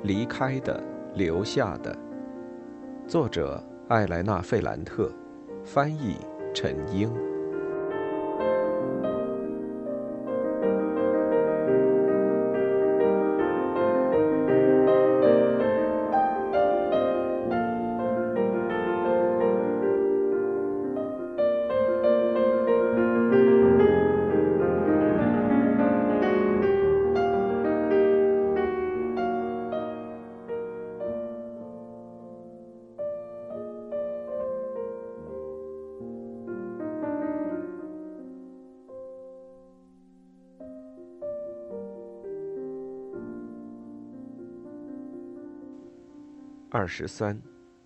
离开的，留下的。作者艾莱娜·费兰特，翻译陈英。23。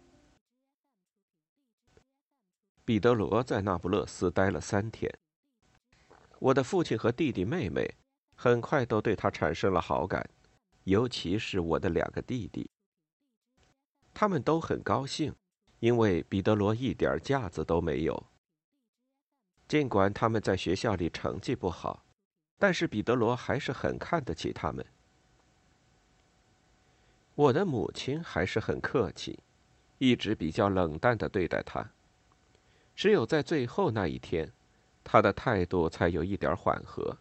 彼得罗在那不勒斯待了3天。我的父亲和弟弟妹妹很快都对他产生了好感，尤其是我的2个弟弟。他们都很高兴，因为彼得罗一点架子都没有。尽管他们在学校里成绩不好，但是彼得罗还是很看得起他们。我的母亲还是很客气，一直比较冷淡地对待他。只有在最后那一天，他的态度才有一点缓和。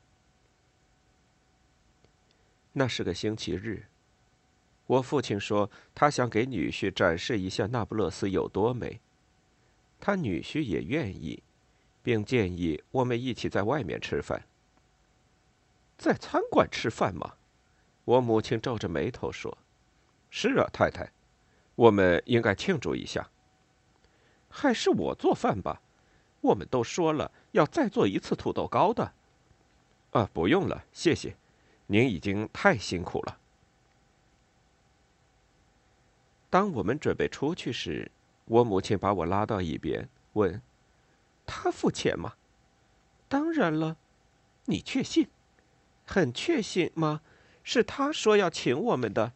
那是个星期日，我父亲说他想给女婿展示一下那不勒斯有多美。他女婿也愿意，并建议我们一起在外面吃饭。在餐馆吃饭吗？我母亲皱着眉头说。是啊，太太，我们应该庆祝一下。还是我做饭吧，我们都说了要再做一次土豆糕的。不用了，谢谢，您已经太辛苦了。当我们准备出去时，我母亲把我拉到一边，问：“他付钱吗？”“当然了。”“你确信？很确信吗？是他说要请我们的。”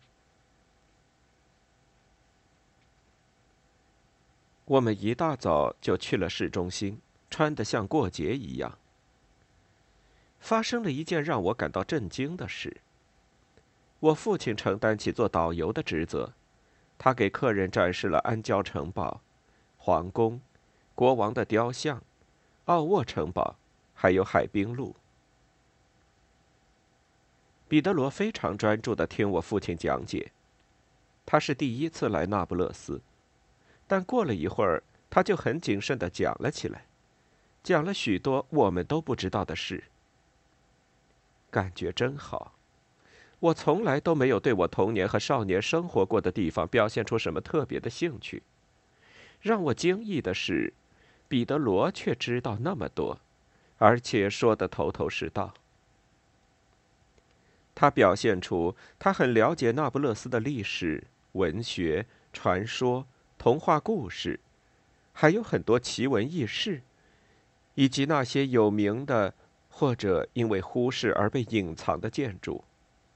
我们一大早就去了市中心，穿得像过节一样。发生了一件让我感到震惊的事。我父亲承担起做导游的职责，他给客人展示了安郊城堡、皇宫、国王的雕像、奥沃城堡，还有海滨路。彼得罗非常专注地听我父亲讲解。他是第一次来那不勒斯。但过了一会儿，他就很谨慎地讲了起来，讲了许多我们都不知道的事。感觉真好，我从来都没有对我童年和少年生活过的地方表现出什么特别的兴趣。让我惊异的是，彼得罗却知道那么多，而且说得头头是道。他表现出他很了解那不勒斯的历史、文学、传说、童话故事，还有很多奇闻异事，以及那些有名的或者因为忽视而被隐藏的建筑。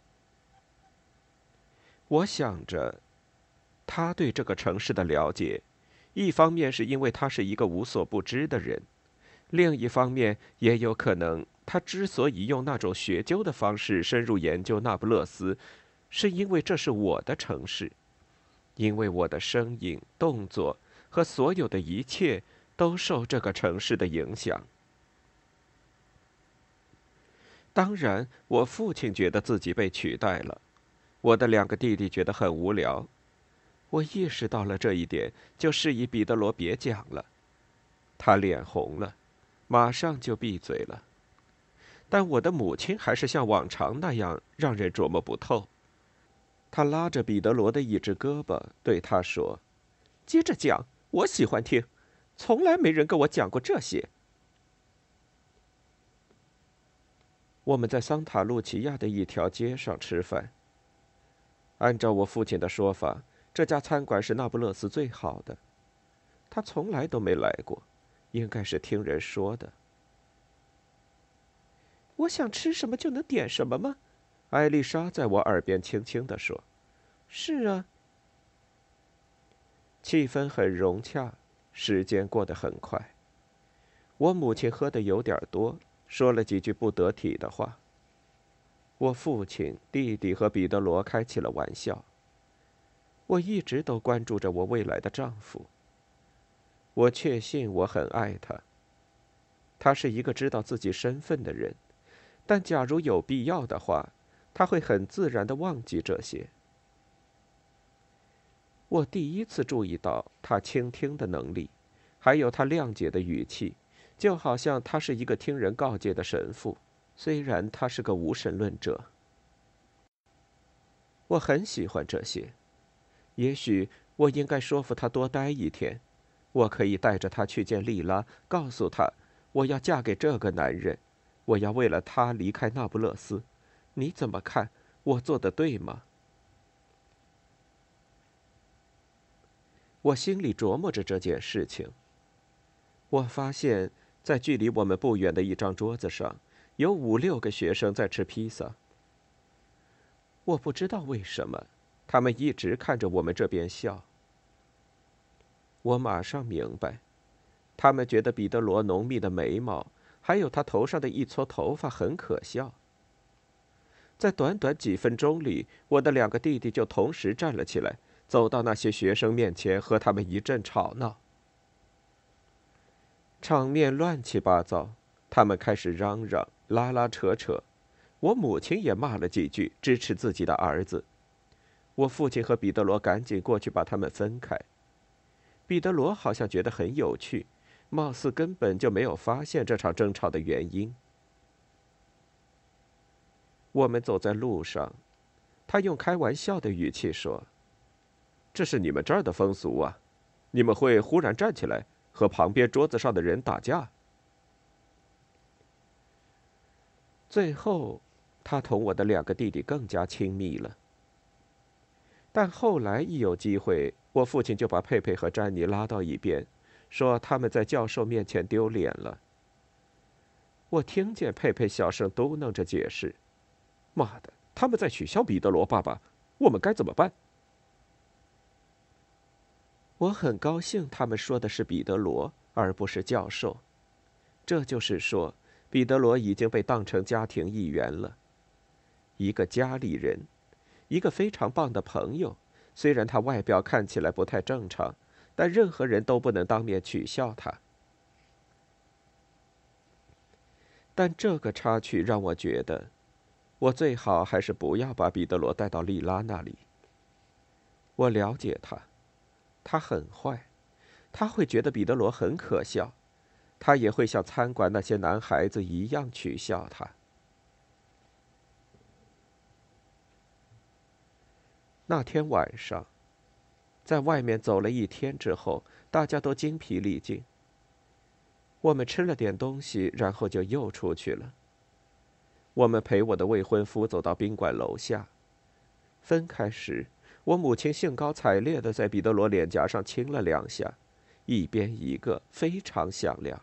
我想着，他对这个城市的了解，一方面是因为他是一个无所不知的人，另一方面也有可能他之所以用那种学究的方式深入研究那不勒斯，是因为这是我的城市。因为我的声音、动作和所有的一切都受这个城市的影响。当然，我父亲觉得自己被取代了，我的2个弟弟觉得很无聊。我意识到了这一点，就示意彼得罗别讲了。他脸红了，马上就闭嘴了。但我的母亲还是像往常那样让人琢磨不透。他拉着彼得罗的一只胳膊，对他说：“接着讲，我喜欢听，从来没人跟我讲过这些。”我们在桑塔路齐亚的一条街上吃饭。按照我父亲的说法，这家餐馆是那不勒斯最好的。他从来都没来过，应该是听人说的。我想吃什么就能点什么吗？艾丽莎在我耳边轻轻地说：“是啊。”气氛很融洽，时间过得很快。我母亲喝得有点多，说了几句不得体的话。我父亲、弟弟和彼得罗开起了玩笑。 我一直都关注着我未来的丈夫。我确信我很爱他。他是一个知道自己身份的人，但假如有必要的话，他会很自然地忘记这些。我第一次注意到他倾听的能力，还有他谅解的语气，就好像他是一个听人告诫的神父，虽然他是个无神论者。我很喜欢这些。也许我应该说服他多待一天，我可以带着他去见莉拉，告诉他我要嫁给这个男人，我要为了他离开那不勒斯。你怎么看？我做得对吗？我心里琢磨着这件事情。我发现，在距离我们不远的一张桌子上，有5、6个学生在吃披萨。我不知道为什么，他们一直看着我们这边笑。我马上明白，他们觉得彼得罗浓密的眉毛，还有他头上的一撮头发很可笑。在短短几分钟里，我的2个弟弟就同时站了起来，走到那些学生面前，和他们一阵吵闹。场面乱七八糟，他们开始嚷嚷、拉拉扯扯。我母亲也骂了几句，支持自己的儿子。我父亲和彼得罗赶紧过去把他们分开。彼得罗好像觉得很有趣，貌似根本就没有发现这场争吵的原因。我们走在路上，他用开玩笑的语气说：“这是你们这儿的风俗啊，你们会忽然站起来和旁边桌子上的人打架。”最后，他同我的2个弟弟更加亲密了。但后来一有机会，我父亲就把佩佩和詹妮拉到一边，说他们在教授面前丢脸了。我听见佩佩小声嘟囔着解释：“妈的，他们在取笑彼得罗爸爸，我们该怎么办？”我很高兴他们说的是彼得罗，而不是教授。这就是说，彼得罗已经被当成家庭一员了，一个家里人，一个非常棒的朋友。虽然他外表看起来不太正常，但任何人都不能当面取笑他。但这个插曲让我觉得，我最好还是不要把彼得罗带到莉拉那里。我了解他，他很坏，他会觉得彼得罗很可笑，他也会像餐馆那些男孩子一样取笑他。那天晚上，在外面走了一天之后，大家都精疲力尽。我们吃了点东西，然后就又出去了。我们陪我的未婚夫走到宾馆楼下。分开时，我母亲兴高采烈地在彼得罗脸颊上亲了2下，一边一个，非常响亮。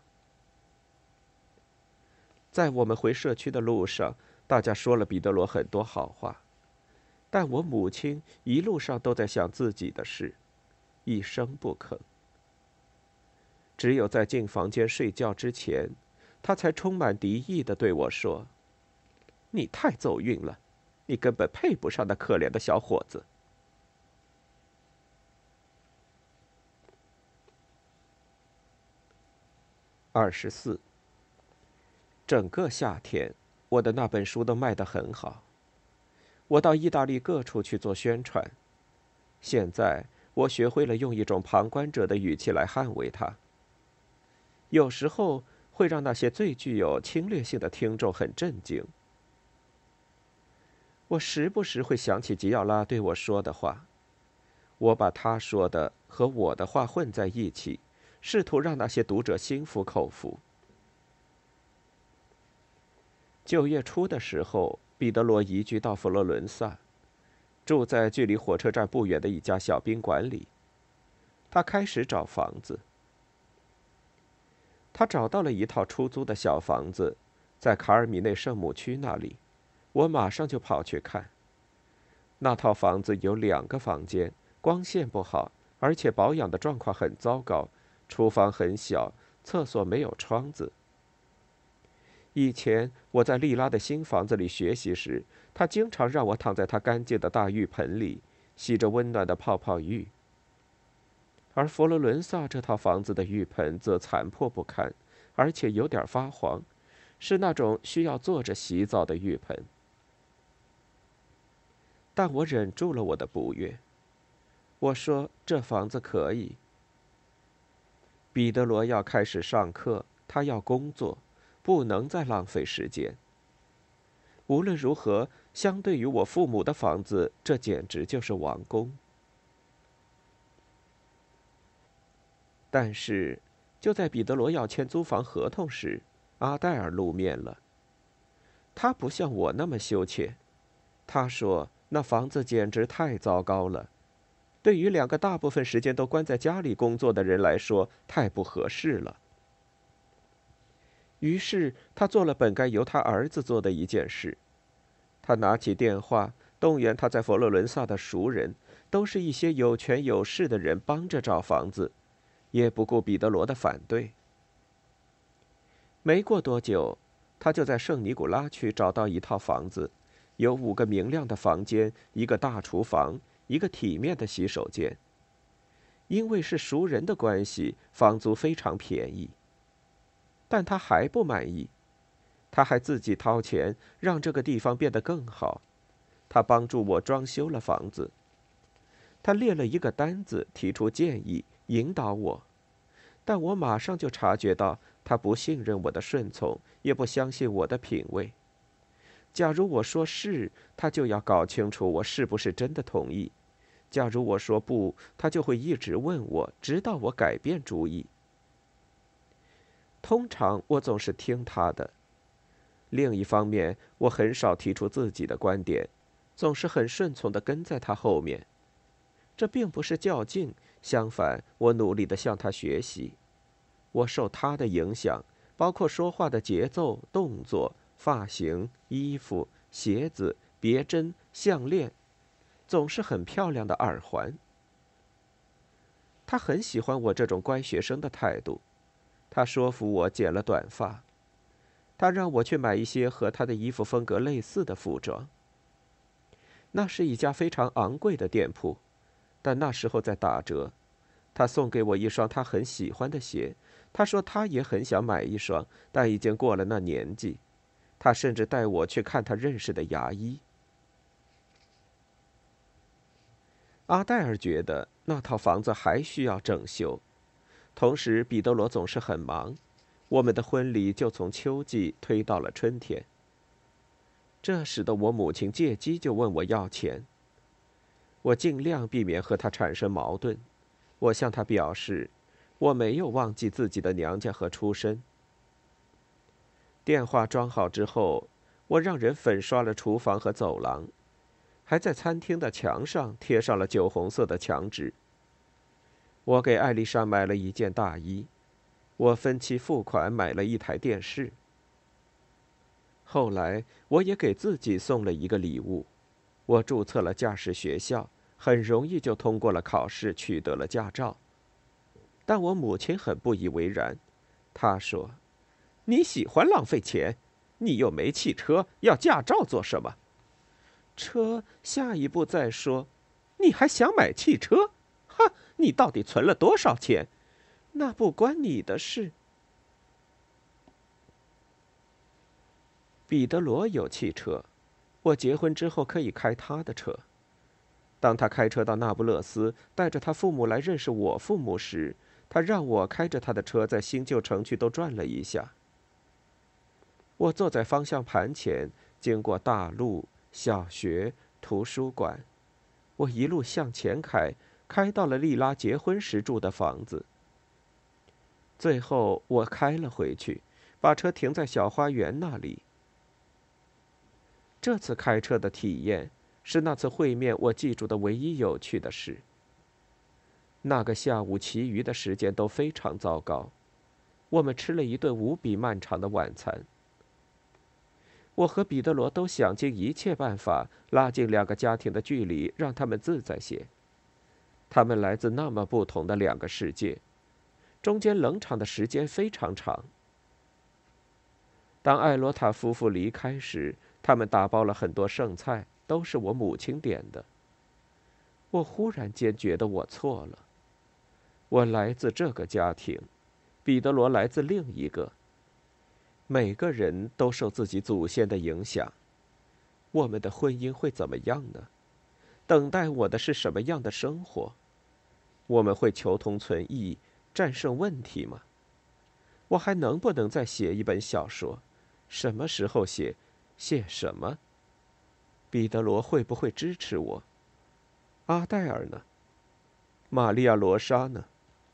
在我们回社区的路上，大家说了彼得罗很多好话，但我母亲一路上都在想自己的事，一声不吭。只有在进房间睡觉之前，她才充满敌意地对我说：“你太走运了，你根本配不上那可怜的小伙子。” 24。整个夏天，我的那本书都卖得很好。我到意大利各处去做宣传。现在，我学会了用一种旁观者的语气来捍卫它。有时候会让那些最具有侵略性的听众很震惊。我时不时会想起吉奥拉对我说的话，我把他说的和我的话混在一起，试图让那些读者心服口服。9月初的时候，彼得罗移居到佛罗伦萨，住在距离火车站不远的一家小宾馆里。他开始找房子。他找到了一套出租的小房子，在卡尔米内圣母区那里。我马上就跑去看。那套房子有2个房间，光线不好，而且保养的状况很糟糕，厨房很小，厕所没有窗子。以前我在莉拉的新房子里学习时，她经常让我躺在她干净的大浴盆里， 洗着温暖的泡泡浴。而佛罗伦萨这套房子的浴盆则残破不堪，而且有点发黄，是那种需要坐着洗澡的浴盆。但我忍住了我的不悦，我说这房子可以。彼得罗要开始上课，他要工作，不能再浪费时间。无论如何，相对于我父母的房子，这简直就是王宫。但是，就在彼得罗要签租房合同时，阿黛尔露面了。他不像我那么羞怯，他说那房子简直太糟糕了，对于2个大部分时间都关在家里工作的人来说，太不合适了。于是他做了本该由他儿子做的一件事，他拿起电话，动员他在佛罗伦萨的熟人，都是一些有权有势的人，帮着找房子，也不顾彼得罗的反对。没过多久，他就在圣尼古拉区找到一套房子，有5个明亮的房间，一个大厨房，一个体面的洗手间。因为是熟人的关系，房租非常便宜。但他还不满意，他还自己掏钱让这个地方变得更好。他帮助我装修了房子。他列了一个单子，提出建议，引导我。但我马上就察觉到，他不信任我的顺从，也不相信我的品味。假如我说是，他就要搞清楚我是不是真的同意；假如我说不，他就会一直问我，直到我改变主意。通常我总是听他的。另一方面，我很少提出自己的观点，总是很顺从地跟在他后面。这并不是较劲，相反，我努力地向他学习。我受他的影响，包括说话的节奏、动作、发型、衣服、鞋子、别针、项链，总是很漂亮的耳环。他很喜欢我这种乖学生的态度。他说服我剪了短发。他让我去买一些和他的衣服风格类似的服装。那是一家非常昂贵的店铺，但那时候在打折。他送给我一双他很喜欢的鞋，他说他也很想买一双，但已经过了那年纪。他甚至带我去看他认识的牙医。阿黛尔觉得那套房子还需要整修，同时彼得罗总是很忙，我们的婚礼就从秋季推到了春天。这使得我母亲借机就问我要钱。我尽量避免和她产生矛盾。我向她表示，我没有忘记自己的娘家和出身。电话装好之后，我让人粉刷了厨房和走廊，还在餐厅的墙上贴上了酒红色的墙纸。我给艾丽莎买了一件大衣，我分期付款买了一台电视。后来，我也给自己送了一个礼物，我注册了驾驶学校，很容易就通过了考试，取得了驾照。但我母亲很不以为然，她说：“你喜欢浪费钱，你又没汽车，要驾照做什么？车下一步再说。你还想买汽车？哈，你到底存了多少钱？那不关你的事。”彼得罗有汽车，我结婚之后可以开他的车。当他开车到那不勒斯，带着他父母来认识我父母时，他让我开着他的车在新旧城区都转了一下。我坐在方向盘前，经过大路、小学、图书馆，我一路向前开，开到了莉拉结婚时住的房子。最后我开了回去，把车停在小花园那里。这次开车的体验是那次会面我记住的唯一有趣的事。那个下午，其余的时间都非常糟糕。我们吃了一顿无比漫长的晚餐。我和彼得罗都想尽一切办法拉近2个家庭的距离，让他们自在些。他们来自那么不同的2个世界，中间冷场的时间非常长。当艾罗塔夫妇离开时，他们打包了很多剩菜，都是我母亲点的。 我忽然间觉得我错了。我来自这个家庭，彼得罗来自另一个。每个人都受自己祖先的影响。我们的婚姻会怎么样呢？等待我的是什么样的生活？我们会求同存异，战胜问题吗？我还能不能再写一本小说？什么时候写？写什么？彼得罗会不会支持我？阿黛尔呢？玛利亚·罗莎呢？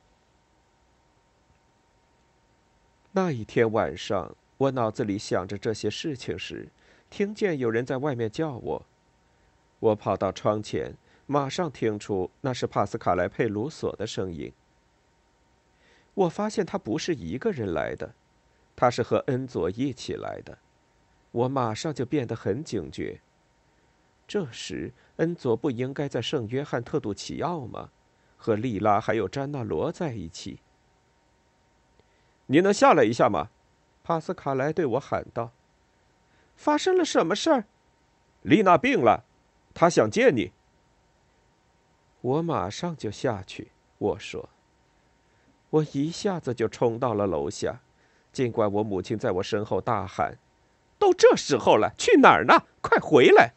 那一天晚上，我脑子里想着这些事情时，听见有人在外面叫我。我跑到窗前，马上听出那是帕斯卡莱·佩鲁索的声音。我发现他不是一个人来的，他是和恩佐一起来的。我马上就变得很警觉。这时，恩佐不应该在圣约翰特杜奇奥吗？和莉拉还有詹纳罗在一起。你能下来一下吗？帕斯卡莱对我喊道。发生了什么事儿？丽娜病了，她想见你。我马上就下去，我说。我一下子就冲到了楼下，尽管我母亲在我身后大喊：“都这时候了，去哪儿呢？快回来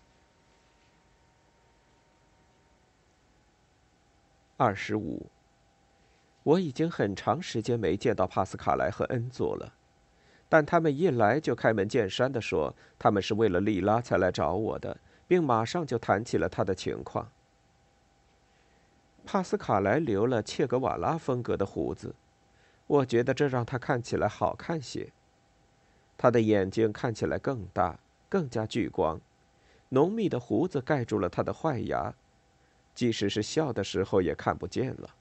！”25，我已经很长时间没见到帕斯卡莱和恩佐了，但他们一来就开门见山地说，他们是为了莉拉才来找我的，并马上就谈起了她的情况。帕斯卡莱留了切格瓦拉风格的胡子，我觉得这让他看起来好看些。他的眼睛看起来更大，更加聚光，浓密的胡子盖住了他的坏牙，即使是笑的时候也看不见了。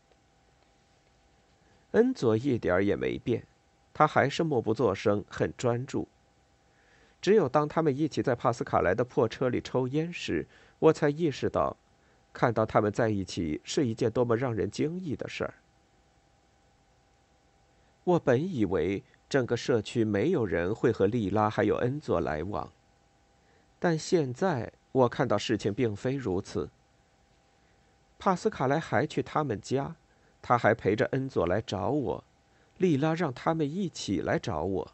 恩佐一点儿也没变，他还是默不作声，很专注。只有当他们一起在帕斯卡莱的破车里抽烟时，我才意识到，看到他们在一起是一件多么让人惊异的事儿。我本以为整个社区没有人会和莉拉还有恩佐来往，但现在我看到事情并非如此。帕斯卡莱还去他们家，他还陪着恩佐来找我，莉拉让他们一起来找我。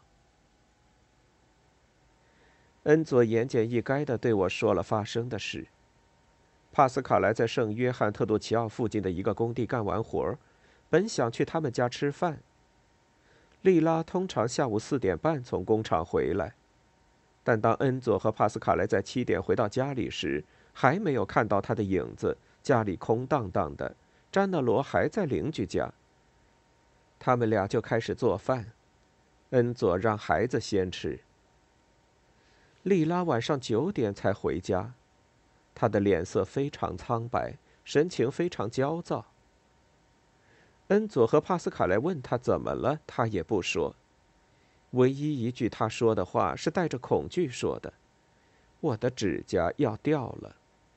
恩佐言简意赅地对我说了发生的事。帕斯卡莱在圣约翰特杜奇奥附近的一个工地干完活，本想去他们家吃饭。莉拉通常下午4点半从工厂回来，但当恩佐和帕斯卡莱在7点回到家里时，还没有看到他的影子，家里空荡荡的，詹纳罗还在邻居家。他们俩就开始做饭，恩佐让孩子先吃。莉拉晚上9点才回家，她的脸色非常苍白，神情非常焦躁。恩佐和帕斯卡莱问他怎么了，他也不说。唯一一句他说的话是带着恐惧说的：“我的指甲要掉了。”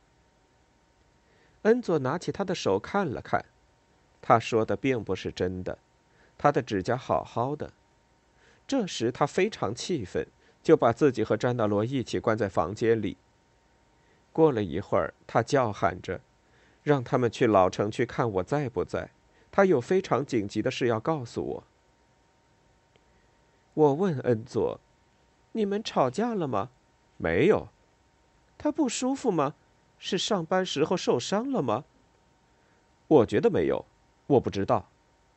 恩佐拿起他的手看了看，他说的并不是真的，他的指甲好好的。这时他非常气愤，就把自己和詹纳罗一起关在房间里。过了一会儿，他叫喊着，让他们去老城去看我在不在，他有非常紧急的事要告诉我。我问恩佐：“你们吵架了吗？”“没有。”“他不舒服吗？是上班时候受伤了吗？”“我觉得没有，我不知道。”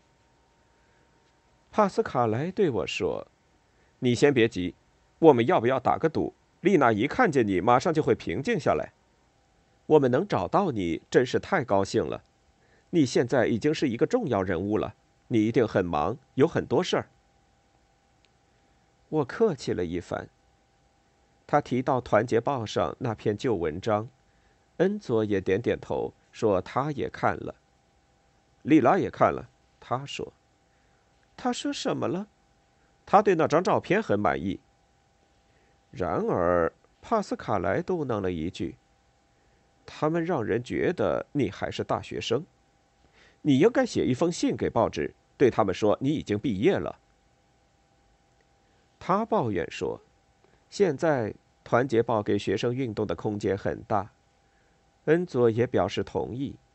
帕斯卡莱对我说：“你先别急，我们要不要打个赌？丽娜一看见你，马上就会平静下来。我们能找到你，真是太高兴了。你现在已经是一个重要人物了，你一定很忙，有很多事儿。”我客气了一番。他提到《团结报》上那篇旧文章，恩佐也点点头，说他也看了。莉拉也看了，他说。他说什么了？他对那张照片很满意。然而，帕斯卡莱嘟囔了一句：“他们让人觉得你还是大学生。你应该写一封信给报纸，对他们说你已经毕业了。”他抱怨说：“现在《团结报》给学生运动的空间很大。”恩佐也表示同意。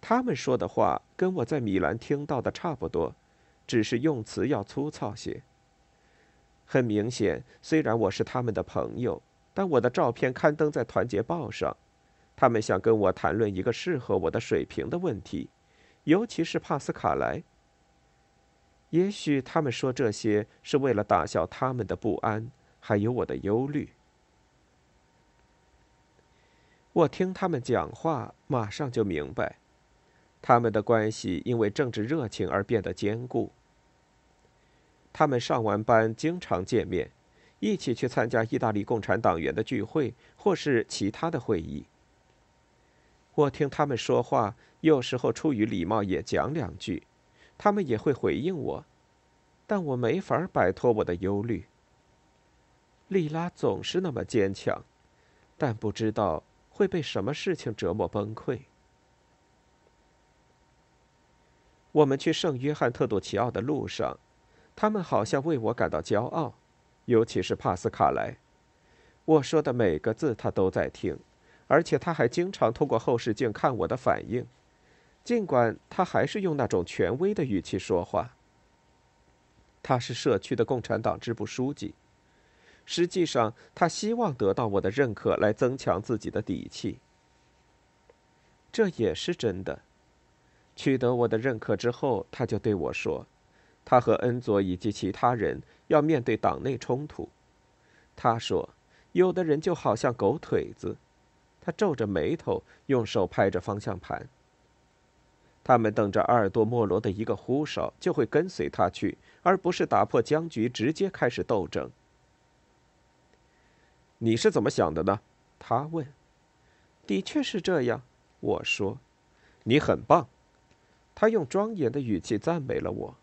他们说的话跟我在米兰听到的差不多，只是用词要粗糙些。很明显，虽然我是他们的朋友，但我的照片刊登在团结报上，他们想跟我谈论一个适合我的水平的问题，尤其是帕斯卡莱。也许他们说这些是为了打消他们的不安，还有我的忧虑。我听他们讲话，马上就明白，他们的关系因为政治热情而变得坚固。他们上完班经常见面，一起去参加意大利共产党员的聚会或是其他的会议。我听他们说话，有时候出于礼貌也讲两句，他们也会回应我，但我没法摆脱我的忧虑。莉拉总是那么坚强，但不知道会被什么事情折磨崩溃。我们去圣约翰特杜奇奥的路上，他们好像为我感到骄傲，尤其是帕斯卡莱。我说的每个字他都在听，而且他还经常通过后视镜看我的反应，尽管他还是用那种权威的语气说话。他是社区的共产党支部书记，实际上他希望得到我的认可来增强自己的底气。这也是真的。取得我的认可之后，他就对我说，他和恩佐以及其他人要面对党内冲突。他说，有的人就好像狗腿子，他皱着眉头，用手拍着方向盘。他们等着阿尔多莫罗的一个呼哨，就会跟随他去，而不是打破僵局，直接开始斗争。你是怎么想的呢？他问。的确是这样，我说。你很棒。他用庄严的语气赞美了我。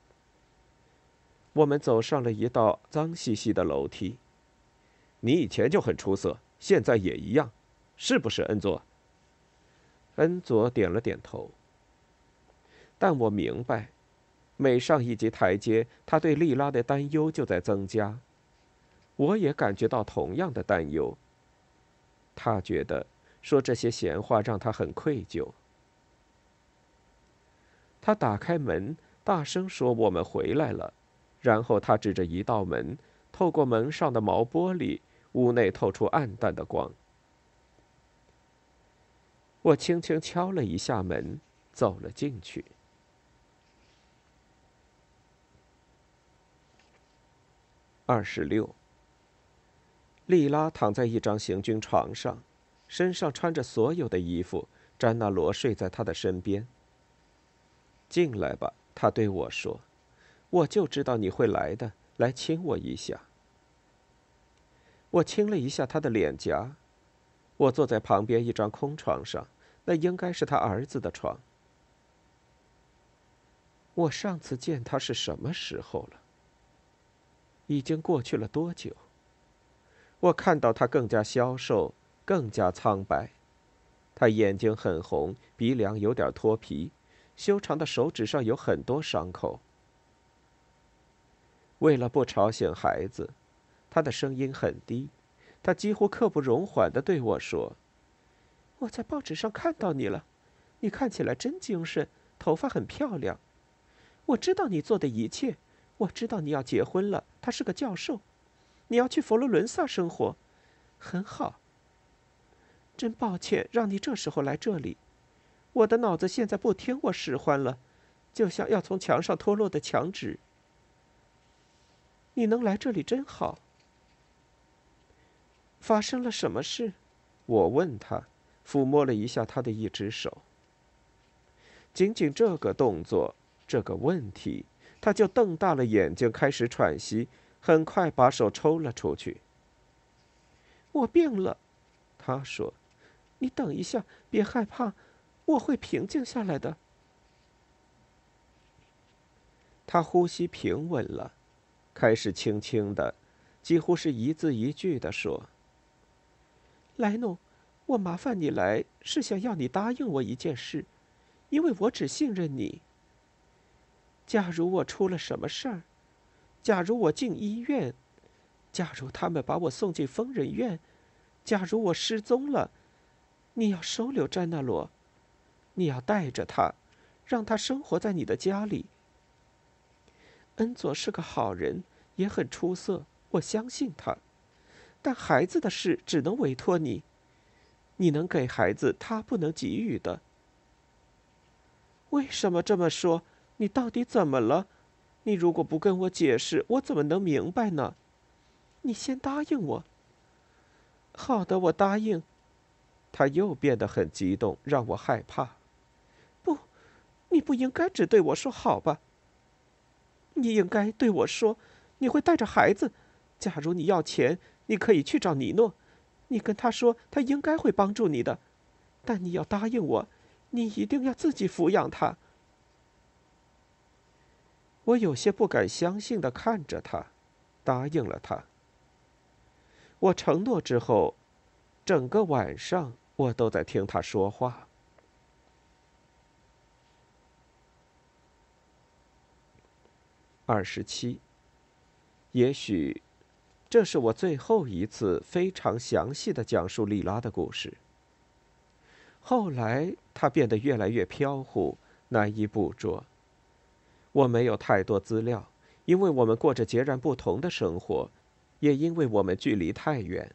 我们走上了一道脏兮兮的楼梯。你以前就很出色，现在也一样，是不是，恩佐？恩佐点了点头。但我明白，每上一级台阶，他对莉拉的担忧就在增加。我也感觉到同样的担忧。他觉得说这些闲话让他很愧疚。他打开门，大声说：“我们回来了。”然后他指着一道门，透过门上的毛玻璃，屋内透出暗淡的光。我轻轻敲了一下门，走了进去。26。莉拉躺在一张行军床上，身上穿着所有的衣服。詹纳罗睡在她的身边。进来吧，他对我说，我就知道你会来的，来亲我一下。我亲了一下他的脸颊。我坐在旁边一张空床上，那应该是他儿子的床。我上次见他是什么时候了？已经过去了多久？我看到他更加消瘦，更加苍白。他眼睛很红，鼻梁有点脱皮，修长的手指上有很多伤口。为了不吵醒孩子，他的声音很低，他几乎刻不容缓地对我说：“我在报纸上看到你了，你看起来真精神，头发很漂亮。我知道你做的一切，我知道你要结婚了，他是个教授，你要去佛罗伦萨生活，很好。真抱歉让你这时候来这里，我的脑子现在不听我使唤了，就像要从墙上脱落的墙纸。你能来这里真好。”发生了什么事？我问他，抚摸了一下他的一只手。仅仅这个动作，这个问题，他就瞪大了眼睛，开始喘息，很快把手抽了出去。我病了，他说。你等一下，别害怕，我会平静下来的。他呼吸平稳了，开始轻轻的，几乎是一字一句地说：“莱诺，我麻烦你来，是想要你答应我一件事，因为我只信任你。假如我出了什么事儿，假如我进医院，假如他们把我送进疯人院，假如我失踪了，你要收留詹纳罗。 你要带着他，让他生活在你的家里。恩佐是个好人，也很出色，我相信他。但孩子的事只能委托你，你能给孩子他不能给予的。为什么这么说？你到底怎么了？你如果不跟我解释，我怎么能明白呢？你先答应我。好的，我答应。他又变得很激动，让我害怕。不，你不应该只对我说好吧？你应该对我说，你会带着孩子。假如你要钱，你可以去找尼诺，你跟他说，他应该会帮助你的。但你要答应我，你一定要自己抚养他。我有些不敢相信地看着他，答应了他。我承诺之后，整个晚上我都在听他说话。27，也许这是我最后一次非常详细地讲述莉拉的故事。后来她变得越来越飘忽，难以捕捉。我没有太多资料，因为我们过着截然不同的生活，也因为我们距离太远。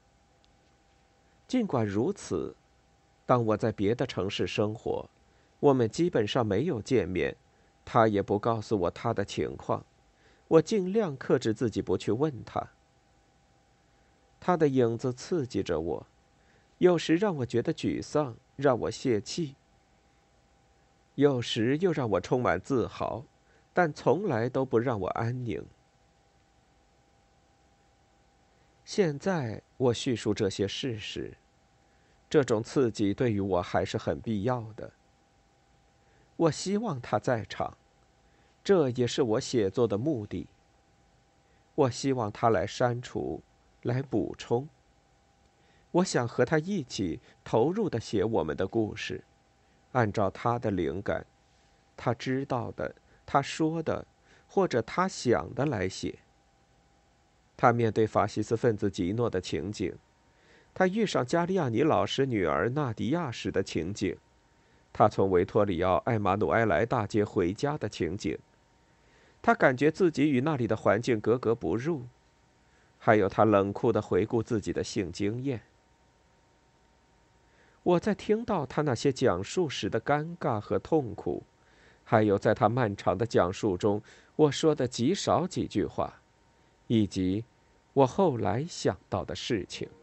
尽管如此，当我在别的城市生活，我们基本上没有见面，他也不告诉我他的情况，我尽量克制自己不去问他。他的影子刺激着我，有时让我觉得沮丧，让我泄气；有时又让我充满自豪，但从来都不让我安宁。现在我叙述这些事时，这种刺激对于我还是很必要的。我希望他在场，这也是我写作的目的。我希望他来删除，来补充。我想和他一起投入地写我们的故事，按照他的灵感，他知道的，他说的，或者他想的来写。他面对法西斯分子吉诺的情景，他遇上加利亚尼老师女儿纳迪亚时的情景，他从维托里奥·艾马努埃莱大街回家的情景，他感觉自己与那里的环境格格不入，还有他冷酷地回顾自己的性经验。我在听到他那些讲述时的尴尬和痛苦，还有在他漫长的讲述中我说的极少几句话，以及我后来想到的事情。